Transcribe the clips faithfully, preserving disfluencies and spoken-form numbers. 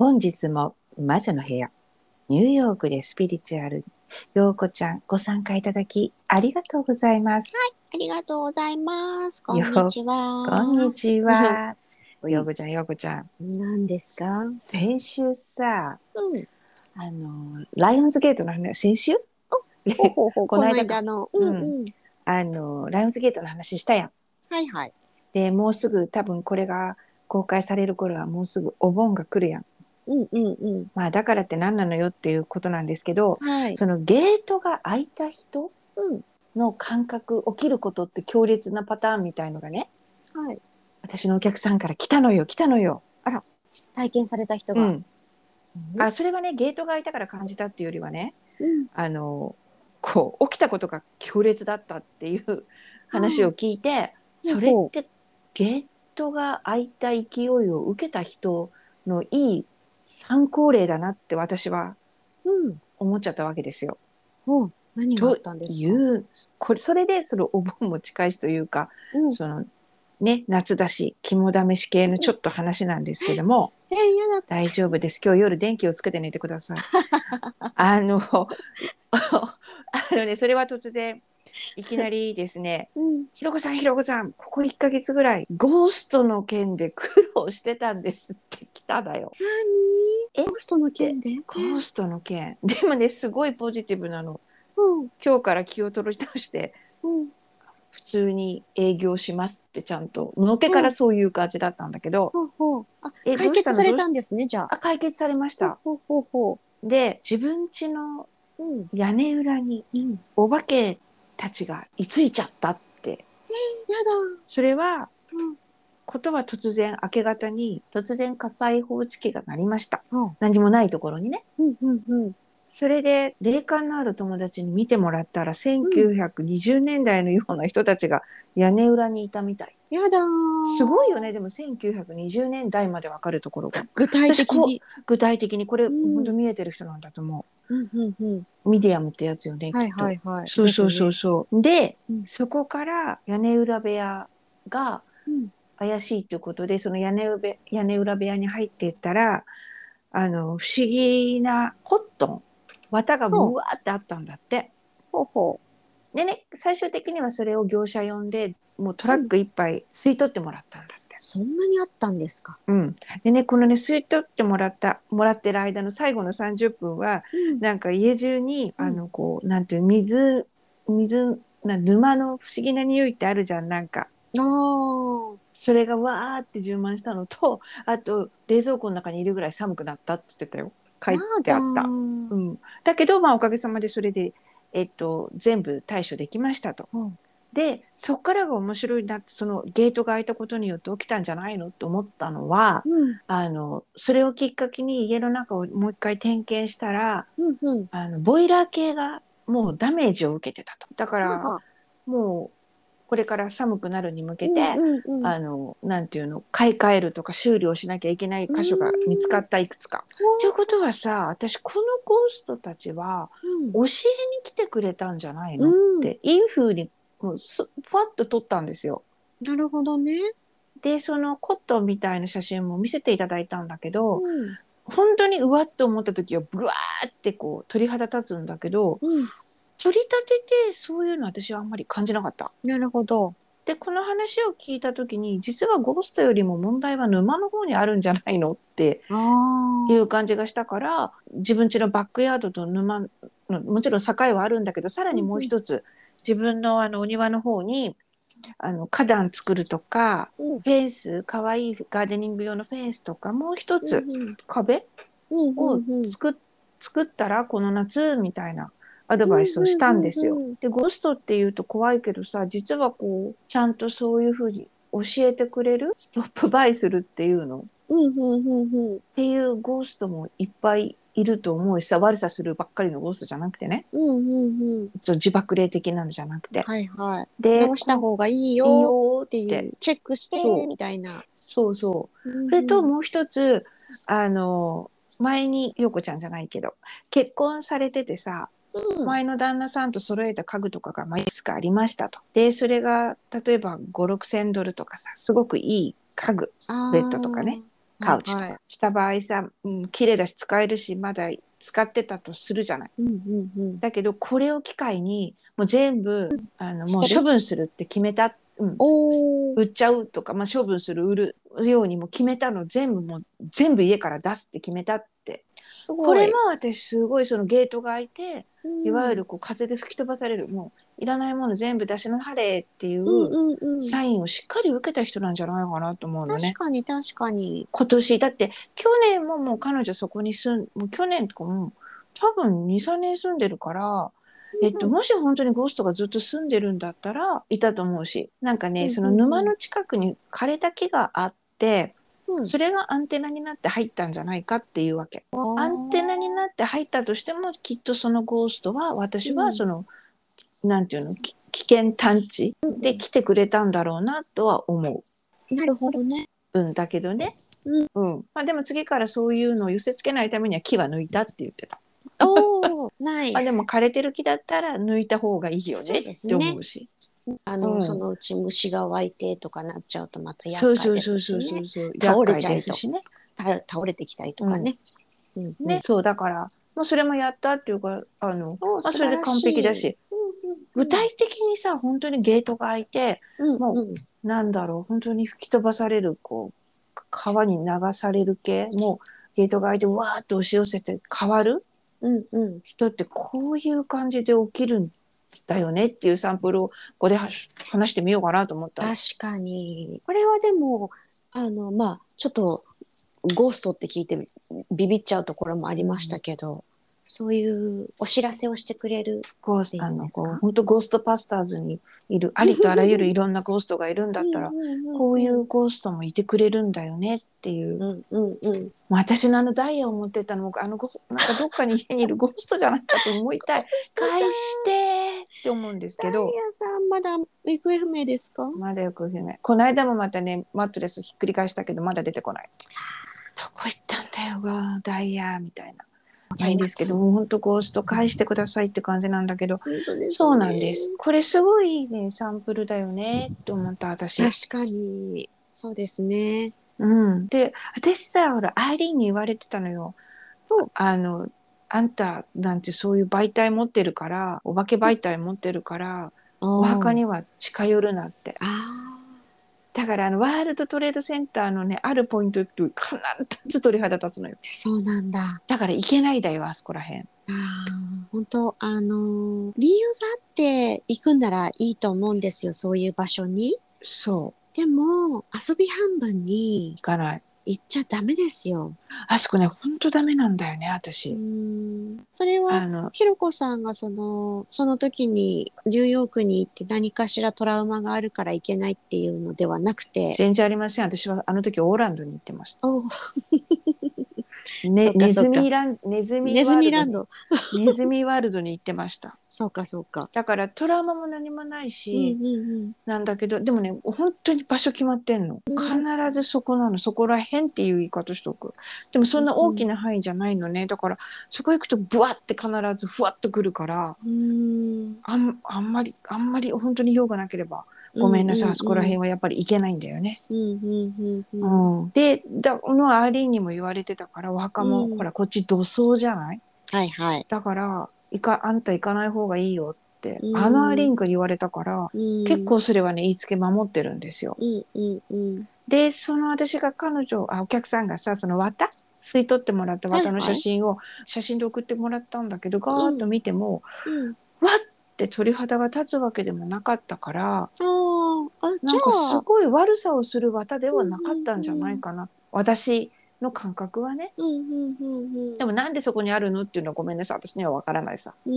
本日も魔女の部屋、ニューヨークでスピリチュアル、ようこちゃんご参加いただきありがとうございます。 ありがとうございます。こよんにちこんは。 にちは。 うんようこちゃん、ようこちゃん。 何ですか？ 先週さ、 うん。 あの、ライオンズゲートの話、先週ほうほうほう、このこの間か。 間の。ううん。 んうん。 あの、ライオンズゲートの話したやん。 はいはい。 で、もうすぐ多分これが公開される頃はもうすぐお盆が来るやん。 うんうんうん。 まあだからって何なのよっていうことなんですけど、 はい。 そのゲートが開いた人うん。 の感覚、起きることって強烈なパターンみたいのがね、 はい。 私のお客さんから来たのよ、来たのよ。 あら、体験された人が。 うん。あ、それはね、ゲートが開いたから感じたっていうよりはね、 うん。 あの、こう、起きたことが強烈だったっていう話を聞いて、それっほうほてゲートが開いた勢いを受けた人のいい参考例だなって私はう。うん。 思っちゃったわけですよ。 ほう。何があっとたんですか？ いう、これ、それでそのお盆も近いしというか、 うん。 そのね、夏だし、肝試し系のちょっと話なんですけども、 えー、やだ。 大丈夫です。今日夜電気をつけて寝てください。あの、あのね、それは突然、いきなりですね、 うん。 ひろこさん、ひろこさん、ここいっかげつぐらい、ゴーストの件で苦労してたんですって来ただよ。えっ何？ゴーストのて、 件で？ ゴーストの件。でもね、すごいポジティブなの。 うん。 今日から気を取り直して、 うん。 普通に営業しますってちゃんと、のっけからうん。 そういう感じだったんだけど、 ほうほう。あ、 え、どうした解決されのどうし、 たんですね、じゃあ。 あ、解決されました。 ほうほうほうほで、自分家のう。うん。 屋根裏にうん。 お化けたちが居ついちゃったって。 やだ。 それは、 うん。 ことは突然明け方に突然火災報知器が鳴りました。 うん。 何もないところにね。 うんうんうん。 それで霊感のある友達に見てもらったらうん。 せんきゅうひゃくにじゅうねんだいのような人たちが屋根裏にいたみたい。 やだー。 すごいよね。でもせんきゅうひゃくにじゅうねんだいまでわかるところが。 具体私こ的に。 う、具体的にこれ、 う本当ん。 見えてる人なんだと思うんうんうん。 う。ミディアムってやつよね、 はいきっと。 はいはい。 そうそうそうですね。 そう。で、 うん。 そこから屋根裏部屋がうん。 怪しいということで、その屋根裏部屋根裏部屋に入っていったら、あの、不思議なコットン、綿がほう。 ブワーってあったんだって。 ほうほでね、最終的にはそれを業者呼んで、もうトう。うん。 ラック一杯吸い取ってもらったんだって。 そんなにあったんですか？ うん。でね、このね、吸い取ってもらった、もらってる間の最後のさんじゅっぷんは、 うん。 なんか家中に、 うん。 あの、こう、なんていう、水、水、な沼の不思議な匂いってあるじゃん、なんか。 ああ。 それがわーって充満したのと、あと、冷蔵庫の中にいるぐらい寒くなったって言ってたよ。書やいてだあった。 ー。 うん。だけど、まあ、おかげさまでそれで、えっと、全部対処できましたと。 うん。 で、そこからが面白いなって、そのゲートが開いたことによって起きたんじゃないのって思ったのは、 うん。 あの、それをきっかけに家の中をもう一回点検したら、 うんうん。 あの、ボイラー系がもうダメージを受けてたと。だから、 はは。 もう、これから寒くなるに向けうんて、 うんうん。 あの、なんていうの、買い替えるとか修理をしなきゃいけないうー箇所が見つかん。 ったいくつか。というほことはさ、私このゴーストたちはう。うん。 教えに来てくれたんじゃないのっうん。 て、いい風にもうすふわっと撮ったんですよ。 なるほどね。 で、そのコットンみたいな写真も見せていただいたんだけど、 うん。 本当にうわっと思った時はブワーってこう鳥肌立つんだけど、 うん。 取り立ててそういうの私はあんまり感じなかった。 なるほど。 で、この話を聞いた時に、実はゴーストよりも問題は沼の方にあるんじゃないのってあいうあ。 感じがしたから、自分家のバックヤードと沼の、もちろん境はあるんだけど、さらにもううんうん。 一つ、自分のあのお庭の方に、あの花壇作るとか、 うん。 フェンス、かわいいガーデニング用のフェンスとか、もう一つうんうん。 壁うんうをんうん。 作っ作ったらこの夏みたいなアドうんバイスをしたんうんですよ。 うんうん。 で、ゴーストっていうと怖いけどさ、実はこう、ちゃんとそういうふうに教えてくれる、ストップバイするっていうのっうんうんうんうん。 ていうゴーストもいっぱいいると思うしさ、悪さするばっかりのゴーストじゃなくてね、 うんうんうん。 ちょっと自爆霊的なのじゃなくて。 はいはい。 で、 直したこ方がいいいいよっていよって、 う、チェックして、 そう、 みたいな。 そうそう。 うんそれうん。 ともう一つ、あの、前に、陽子ちゃんじゃないけど、結婚されててさ、 うん。 前の旦那さんと揃えた家具とかがまあいくつかありましたと。で、それが例えばご、ろくせんドルとかさ、すごくいい家具、 あベッドとかね、 あ。 カウチとかはいはい。 した場合さ、うん、綺麗だし使えるしまだ使ってたとするじゃない。 うんうんうん。 だけどこれを機会にもう全部あのもう捨てる処分するって決めた、うん、 おー。 売っちゃうとか、まあ、処分する売るようにも決めたの全部もう全部家から出すって決めたって。 すごい。 これも私すごいそのゲートが開いて、 うんいわゆるこう風で吹き飛ばされる、もういらないもの全部出しなはれっていうんううんうん。 サインをしっかり受けた人なんじゃないかなと思うのね。 確かに確かに。 今年だって去年ももう彼女そこに住んもう去年とかも多分にさんねん住んでるから、えっと、もし本当にゴーストがずっと住んでるんだったらいたと思うし、なんかね、その沼の近くに枯れた木があって、 うん、 それがアンテナになって入ったんじゃないかっていうわけ。アンテナになって入ったとしてもきっとそのゴーストは私はその、うん、なんていうの、危険探知で来てくれたんだろうなとは思う。なるほどね。 うんだけどね、 うんうんまあ、でも次からそういうのを寄せつけないためには木は抜いたって言ってた。 おー、ナイス。 まあでも枯れてる木だったら抜いた方がいいよねって思うし。 あの、 うん、 そのうち虫が湧いてとかなっちゃうとまたそうそう厄介でそうそうそすしね。 うそう倒れちゃいとですしね。 倒れてきたりとかね。 うんうんうん、 ね、そうだからもうそれもやったっていうかあの、まあ、それで完璧だし、 うんうんうん、 具体的にさ本当にゲートが開いて、 うんうん、 もうなんだろう本当に吹き飛ばされるこう川に流される系、もうゲートが開いてわーっと押し寄せて変わる、 うんうん、 人ってこういう感じで起きるんだよねっていうサンプルをここで話してみようかなと思った。 確かにこれはでもあのまあちょっとゴーストって聞いてビビっちゃうところもありましたけど、うん、そういうお知らせをしてくれるゴーストのこう本当ゴーストパスターズにいるありとあらゆるいろんなゴーストがいるんだったらこういうゴーストもいてくれるんだよねっていう、うんうんうん、私のあのダイヤを持ってたのもあのなんかどっかに家にいるゴーストじゃないかと思いたい返してって思うんですけど、 ダイヤさんまだ行方不明ですか？ まだ行方不明。この間もまたねマットレスひっくり返したけどまだ出てこない。どこ行ったんだよがダイヤみたいな。まあ、いいんですけどもう本当ゴースト返してくださいって感じなんだけど、ね、そうなんです。これすごいねサンプルだよねと思った私。 確かにそうですね。 うん、で私さほらアイリーンに言われてたのよ。あのあんたなんてそういう媒体持ってるからお化け媒体持ってるからお墓には近寄るなって。 あだからあのワールドトレードセンターのねあるポイントって必ず鳥肌立つのよ。 そうなんだ。 だから行けないだよあそこらへん。あ本当あのー、理由があって行くんならいいと思うんですよそういう場所に。 そう。 でも遊び半分に行かない。 行っちゃダメですよ。 あそこね本当ダメなんだよね私。 うんそれはひろこさんがそのその時にニューヨークに行って何かしらトラウマがあるから行けないっていうのではなくて。 全然ありません。私はあの時オーランドに行ってました。 おね、ネズミランネズミネズミランドネズミワールドに行ってました。 そうかそうか。 だからトラウマも何もないし、 うんうんうん、 なんだけどでもね本当に場所決まってんの、うん、必ずそこなのそこら辺っていう言い方しとく。でもそんな大きな範囲じゃないのね、だからそこ行くとブワって必ずふわっとくるから、うん、あん、あんまりあんまり本当に用がなければごめんなさい、うんうんうん、あそこら辺はやっぱり行けないんだよね。うんうんうんうん、でだのアーリーにも言われてたからお墓も、うん、ほらこっち土葬じゃない、 はいはい、 だからいかあんた行かない方がいいよって、うん、あのアーリーに言われたから、うん、結構それはね言いつけ守ってるんですよ。うんうんうん、でその私が彼女あお客さんがさその綿吸い取ってもらった綿の写真を、はいはい、写真で送ってもらったんだけどガーッと見ても、うん、わって鳥肌が立つわけでもなかったから、ああなんかすごい悪さをする綿ではなかったんじゃないかな、うんうんうん、私の感覚はね、うんうんうんうん、でもなんでそこにあるのっていうのはごめんなさい私には分からないさ、うん、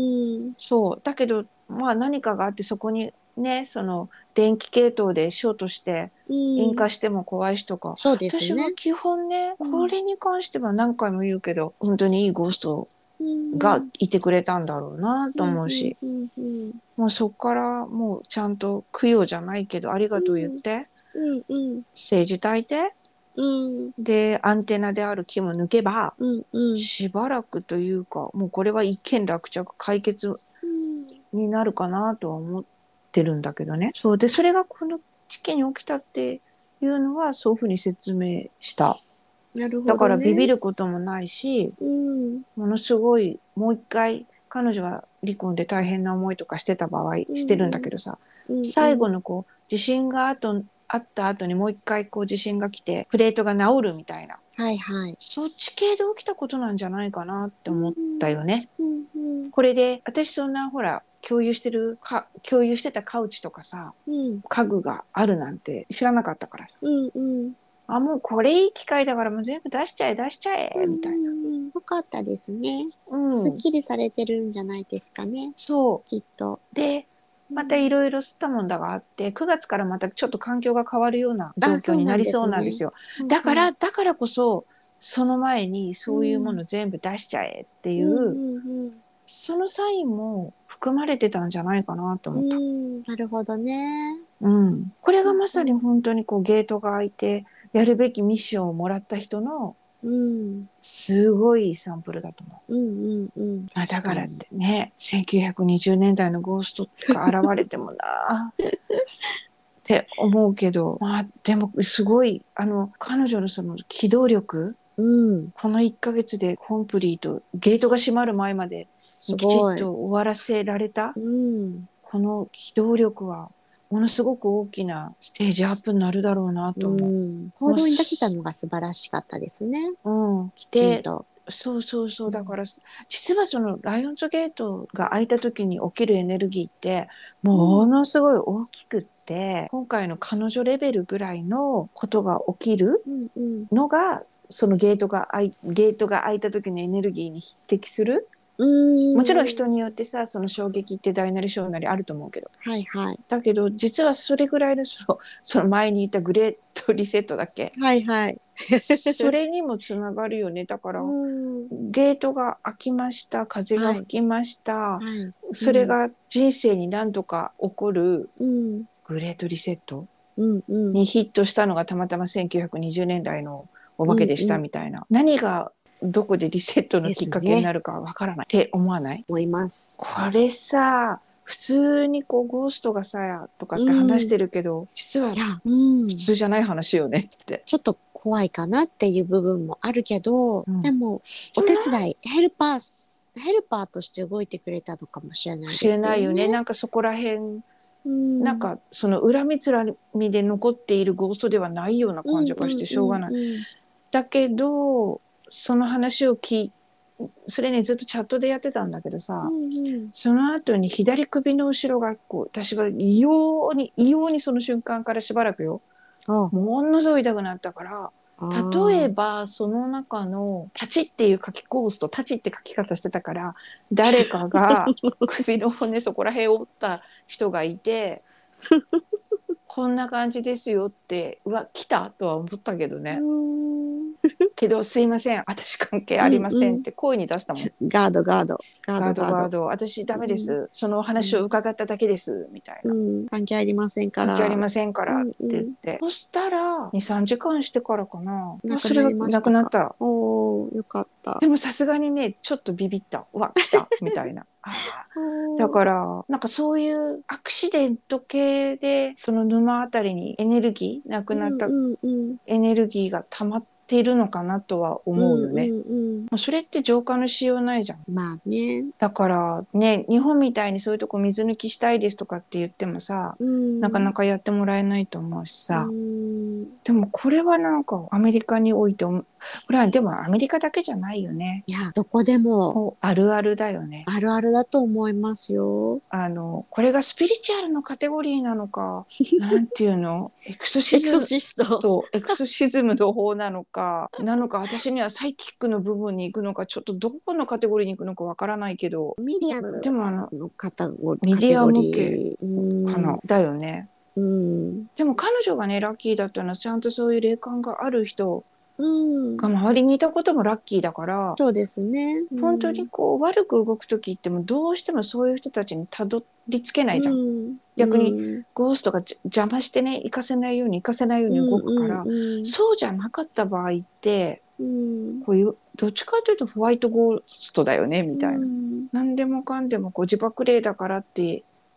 そうだけどまあ何かがあってそこにねその電気系統でショートして引火しても怖いしとか、うん、そうですね、私は基本ねこれに関しては何回も言うけど、うん、本当にいいゴーストがいてくれたんだろうなと思うし、うんうんうんうん、もうそこからもうちゃんと供養じゃないけどありがとう言って、うんうんうん、政治炊いて、うん、でアンテナである木も抜けば、うんうん、しばらくというかもうこれは一件落着解決になるかなとは思ってるんだけどね。そうでそれがこの時期に起きたっていうのはそういうふうに説明したなるほどね。 だからビビることもないし、 うん、 ものすごいもう一回彼女は離婚で大変な思いとかしてた場合、してるんだけどさ、 うんうん、 最後のこう地震があとあった後にもう一回こう地震が来てプレートが治るみたいな、 はいはい、 そっち系で起きたことなんじゃないかなって思ったよね。 うんうん、 これで私そんなほら共有してるか共有してたカウチとかさ、 うん、 家具があるなんて知らなかったからさ、 うんうん、 あもうこれいい機会だからもう全部出しちゃえ出しちゃえみたいな。 うん、よかったですね。 うん、 すっきりされてるんじゃないですかね。 そきっと。 うでまたいろいろ吸ったもんだがあってくがつからまたちょっと環境が変わるような状あ、 況そうなんになりそうですね。 なんですよ。 うんだからだからこそその前にそういうもうんの全部出しちゃえってういう、 んそのサインも含まれてたんじゃないかなとうんう思った。 ん、なるほどね。 うん、これがまさにうん本当にこうゲートが開いてやるべきミッションをもらった人のうんすごいサンプルだと思う。 うんうんうん、 あだからっ確かに。 てねせんきゅうひゃくにじゅうねんだいのゴーストが現れてもなって思うけど、まあでもすごいあの彼女のその機動力、 うん、 このいっかげつでコンプリートゲートが閉まる前まですきちっごい。 と終わらせられた、 うん、 この機動力はものすごく大きなステージアップになるだろうなうと思ん、行動に出せたのが素晴らしかったですね。 う。うん、 きちんでと。 そうそうそう、だかうんら実はそのライオンズゲートが開いた時に起きるエネルギーってうんものすごい大きくって、今回の彼女レベルぐらいのことが起きるうんうんのがそのゲートが開いゲートが開いた時のエネルギーに匹敵する。 うもちろんん、 人によってさその衝撃って大なり小なりあると思うけど、 はいはい。 だけど実はそれぐらいのそのその前に言ったグレートリセットだっけ、 はいはい。 それにもつながるよね。だからうん、 ゲートが開きました、風がはい、 吹きました、 はい。 それが人生に何度か起こるうん、 グレートリセットうん、うん、 にヒットしたのがたまたませんきゅうひゃくにじゅうねんだいのお化けうん、 でしうん。 たみたいな、何がどこでリセットのできっかけにすね。 なるかわからないって思わない？ 思います。 これさ普通にこうゴーストがさとかって話しうん。 てるけど、実はいや、うん。 普通じゃない話よねって。 ちょっと怖いかなっていう部分もあるけど、 うん、 でも、お手伝い、ヘルパー、ヘルパーとして動いてくれたのかもしれない知れですよね。 ないよね。なんかそこら辺、 うん。 なんかその恨みつらみで残っているゴーストではないような感じがしてしょうがない。 うんうんうんうん、 だけどその話を聞いそれねずっとチャットでやってたんだけどさ、 うんうん、 その後に左首の後ろがこう私は異様に異様にその瞬間からしばらくよものすごい痛くなったから、例えばその中のタチっていう書きコースとタチって書き方してたから誰かが首の骨そこら辺を折った人がいてこんな感じですよってうわ来たとは思ったけどね。けどすいません私関係ありませんって声に出したもん。うんうん、ガードガードガードガードガード私ダメです、うん、その話を伺っただけですみたいな、 うん、関係ありませんから関係ありませんからって言って、うんうん、そしたら にさんじかんしてからかななくなりましたか。 それがなくなった。 おーよかった。 でもさすがにねちょっとビビった、うわ来たみたいなあだからなんかそういうアクシデント系でその沼あたりにエネルギーなくなったエネルギーが溜まっているのかなとは思うよね、うんうんうん、それって浄化のしようないじゃん。 まあね。 だからね日本みたいにそういうとこ水抜きしたいですとかって言ってもさ、うん、なかなかやってもらえないと思うしさ、うん、でもこれはなんかアメリカにおいてこれはでもアメリカだけじゃないよね。 いやどこでもあるあるだよね。 あるあるだと思いますよ。 あのこれがスピリチュアルのカテゴリーなのかなんていうのエクソシズムとエクソシズムの方なのかなのか私にはサイキックの部分に行くのかちょっとどこのカテゴリーに行くのかわからないけどミディアムでもあののカテゴリーミディア向けかなだよね。 うん、 でも彼女がねラッキーだったのはちゃんとそういう霊感がある人がうん、 周りにいたこともラッキーだから、 そうですね、 うん、本当にこう悪く動く時ってもどうしてもそういう人たちにたどり着けないじゃん、うん、逆にゴーストが邪魔してね行かせないように行かせないように動くから、うんうんうん、そうじゃなかった場合って、うん、こういうどっちかというとホワイトゴーストだよねみたいな、うん、何でもかんでもこう自爆霊だからって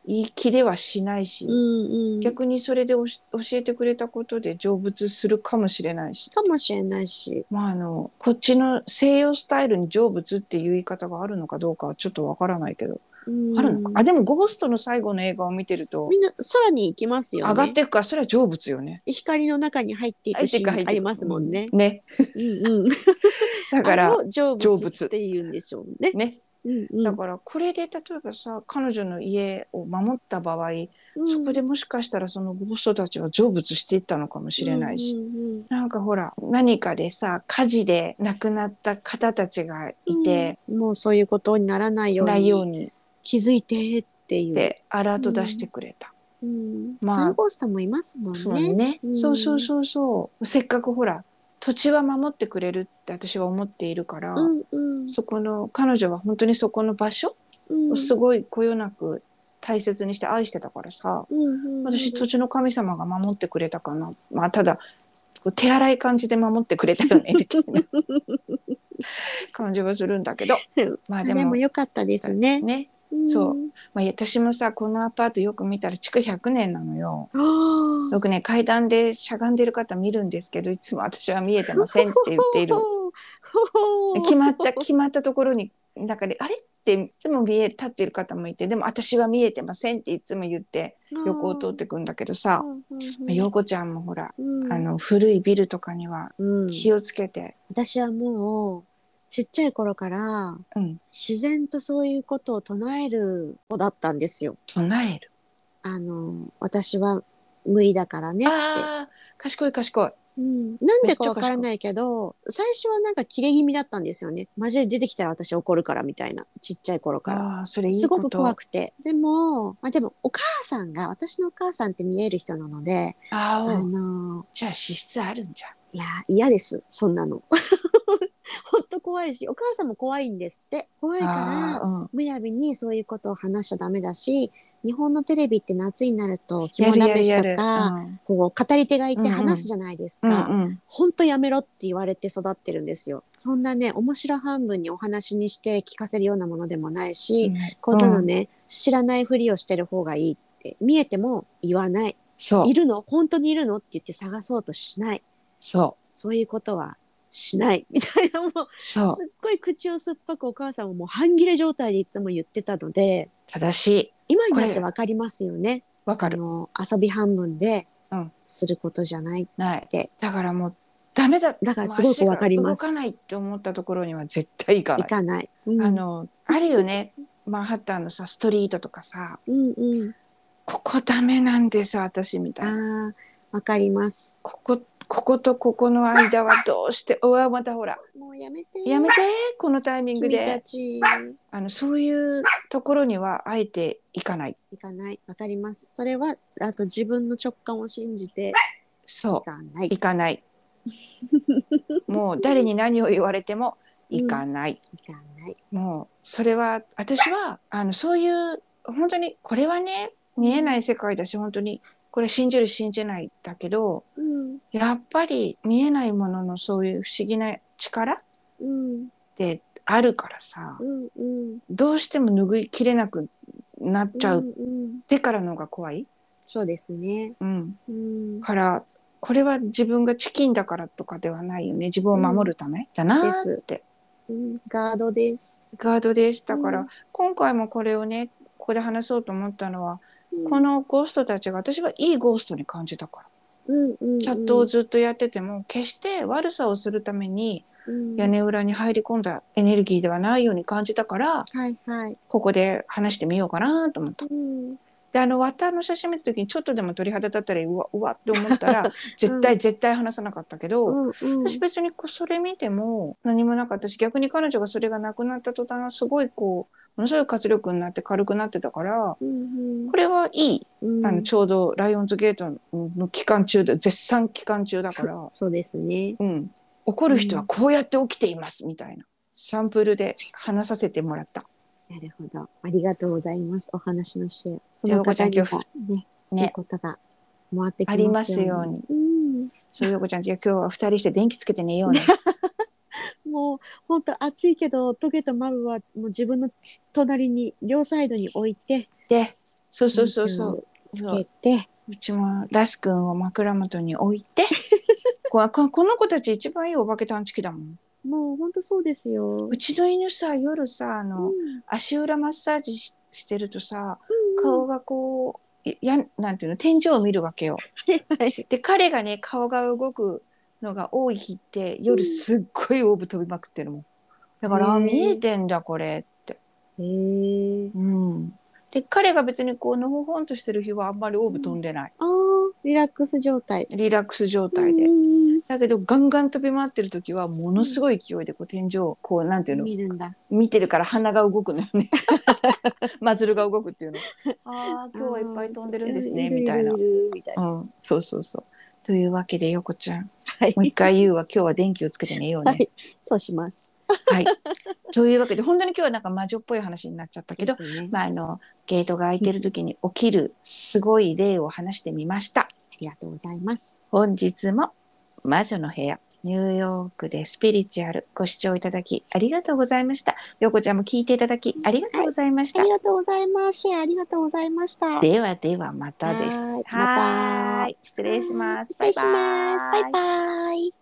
言い切れはしないし、 うんうん、 逆にそれで教えてくれたことで成仏するかもしれないし。 かもしれないし。 まああの、こっちの西洋スタイルに成仏っていう言い方があるのかどうかはちょっとわからないけど。うん、あるのか。あ、でもゴーストの最後の映画を見てると。 みんな空に行きますよね。 上がっていくから、それは成仏よね。 光の中に入っていくシーンありますもんね。 うん、ね。 うんうん。 だから、 成仏って言うんでしょうね。 ね。うんうん、だからこれで例えばさ彼女の家を守った場合、うん、そこでもしかしたらそのゴーストたちは成仏していったのかもしれないし、うんうんうん、なんかほら何かでさ火事で亡くなった方たちがいて、 うん、もうそういうことにならないようにないように気づいてっていうでアラート出してくれた、 うんうん、まあ、そういうゴーストもいますもんね。 そうね、うん、そうそうそうそうせっかくほら土地は守ってくれるって私は思っているから、うんうん、そこの彼女は本当にそこの場所をすごいこよなく大切にして愛してたからさ、うんうんうん、私土地の神様が守ってくれたかな、まあただ手荒い感じで守ってくれたよねみたいな感じはするんだけどまあでも、でもよかったですね。 ね、そう、まあ、私もさこのアパートよく見たら築ひゃくねんなのよ。よくね階段でしゃがんでる方見るんですけどいつも私は見えてませんって言っている決まった決まったところにだからあれっていつも見え立っている方もいてでも私は見えてませんっていつも言って横を通ってくんだけどさ陽子ちゃんもほら、うん、あの古いビルとかには気をつけて、 うん、私はもうちっちゃい頃から、うん、自然とそういうことを唱える子だったんですよ。 唱える。 あの、私は無理だからねって。 ああ、賢い賢い。 うん、なんでかわからないけど、最初はなんかキレ気味だったんですよね。マジで出てきたら私怒るからみたいな。ちっちゃい頃から。 あ、それいいこと。 すごく怖くて。でも、まあでもお母さんが、私のお母さんって見える人なので、 ああの、じゃあ資質あるんじゃん。 いや、嫌です。そんなの。ほんと怖いし、お母さんも怖いんですって。怖いから、うん、むやみにそういうことを話しちゃダメだし、日本のテレビって夏になると肝試しとか、うん、こう語り手がいて話すじゃないですか。うんうん、ほんとやめろって言われて育ってるんですよ。そんなね、面白半分にお話にして聞かせるようなものでもないし、うん、こんなのね、知らないふりをしてる方がいいって、見えても言わない。いるの本当にいるのって言って探そうとしない。 そう。 そういうことはしないみたいな、もうすっごい口を酸っぱくお母さんももう半切れ状態でいつも言ってたので、 正しい。 今になってわかりますよね。 わかる。 あの遊び半分ですることじゃないって。ない。 だからもうダメだ。 だからすごくわかります。 動かないって思ったところには絶対行かない。 行かない。 うん、あのあるよね。マンハッタンのさストリートとかさ、うんうん、ここダメなんです私みたいな。 あ、わかります。 こここことここの間はどうしてうわまたほらもうやめてやめてこのタイミングで君たちあのそういうところにはあえて行かない行かないわかります。それはあと自分の直感を信じてそう行かない行かないもう誰に何を言われても行かない、うん、 行かないもうそれは私はあのそういう本当にこれはね見えない世界だし本当にこれ信じる信じないだけど、うん、やっぱり見えないもののそういう不思議な力、うん、ってあるからさ、うんうん、どうしても拭いきれなくなっちゃう、うんうん、手からのが怖い。 そうですね、 うんうん、からこれは自分がチキンだからとかではないよね自分を守るため、うん、だなって、 うん、ガードですガードです。だから、うん、今回もこれをねここで話そうと思ったのはこのゴーストたちが私はいいゴーストに感じたから、うんうんうん、チャットをずっとやってても決して悪さをするために屋根裏に入り込んだエネルギーではないように感じたから、 はいはい、 ここで話してみようかなと思った、うん、であの綿の写真見た時にちょっとでも鳥肌立ったらうわうわって思ったら絶対、うん、絶対話さなかったけど、うんうん、私別にこうそれ見ても何もなかったし逆に彼女がそれがなくなった途端すごいこうものすごい活力になって軽くなってたから、うんうん、これはいい、うん、あのちょうどライオンズゲートの期間中で絶賛期間中だからそうですね、 うん、怒る人はこうやって起きていますみたいな、うん、サンプルで話させてもらった。 なるほど、ありがとうございます。お話のシェアその方にもね、ね、いいことが回ってきますように、ありますように、うん、 そうよこちゃん今日はふたりして電気つけて寝ようねもう本当暑いけどトゲとマブはもう自分の隣に両サイドに置いてでそうそうそうそうつけて、 うちもラス君を枕元に置いてこここの子たち一番いいお化け探知機だもん。 もう本当そうですよ。 うちの犬さ、夜さ、あの、うん、足裏マッサージ し, してるとさ、うんうん、顔がこうやなんていうの、天井を見るわけよ。で彼がね、顔が動くのが多い日って夜すっごいオーブ飛びまくってるもん。だからあ見えてんだこれって。へー、うん。で彼が別にこうのほほんとしてる日はあんまりオーブ飛んでない。 うん、あリラックス状態。 リラックス状態で。だけどガンガン飛び回ってる時はものすごい勢いでこう天井をこうなんていうの、 見るんだ。 見てるから鼻が動くのよね。マズルが動くっていうの。ああ今日はいっぱい飛んでるんですねみたいな。みたいな。うん、そうそうそう。というわけでよこちゃん、はい、もう一回言うわ、今日は電気をつけて寝ようね。はい、 そうします。 はい。というわけで本当に今日はなんか魔女っぽい話になっちゃったけど、ね、まああのゲートが開いてる時に起きるすごい例を話してみました。ありがとうございます。 本日も魔女の部屋ニューヨークでスピリチュアルご視聴いただきありがとうございました。よこちゃんも聞いていただきありがとうございました。 はい、ありがとうございます。シェアありがとうございました。 ではではまたです。 はい、また失礼します。 失礼します。バイバイ。バイバイ。